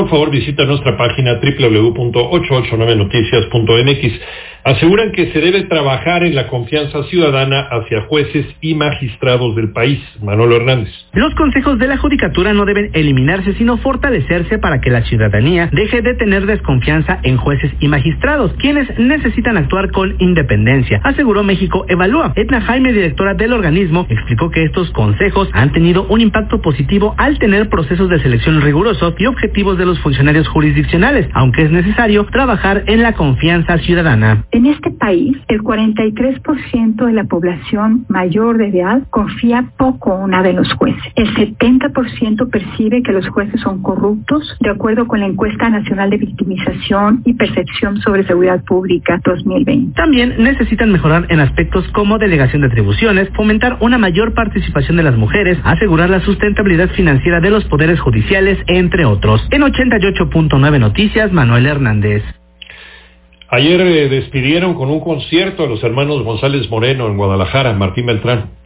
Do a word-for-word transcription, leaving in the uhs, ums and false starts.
Por favor, visita nuestra página doble u doble u doble u punto ochocientos ochenta y nueve noticias punto m x. Aseguran que se debe trabajar en la confianza ciudadana hacia jueces y magistrados del país. Manolo Hernández. Los consejos de la judicatura no deben eliminarse, sino fortalecerse para que la ciudadanía deje de tener desconfianza en jueces y magistrados, quienes necesitan actuar con independencia, aseguró México Evalúa. Edna Jaime, directora del organismo, explicó que estos consejos han tenido un impacto positivo al tener procesos de selección rigurosos y objetivos de los funcionarios jurisdiccionales, aunque es necesario trabajar en la confianza ciudadana. En este país, el cuarenta y tres por ciento de la población mayor de edad confía poco o nada en los jueces. El setenta por ciento percibe que los jueces son corruptos, de acuerdo con la Encuesta Nacional de Victimización y Percepción sobre Seguridad Pública dos mil veinte. También necesitan mejorar en aspectos como delegación de atribuciones, fomentar una mayor participación de las mujeres, asegurar la sustentabilidad financiera de los poderes judiciales, entre otros. En ochenta y ocho punto nueve Noticias, Manuel Hernández. Ayer eh, despidieron con un concierto a los hermanos González Moreno en Guadalajara. Martín Beltrán.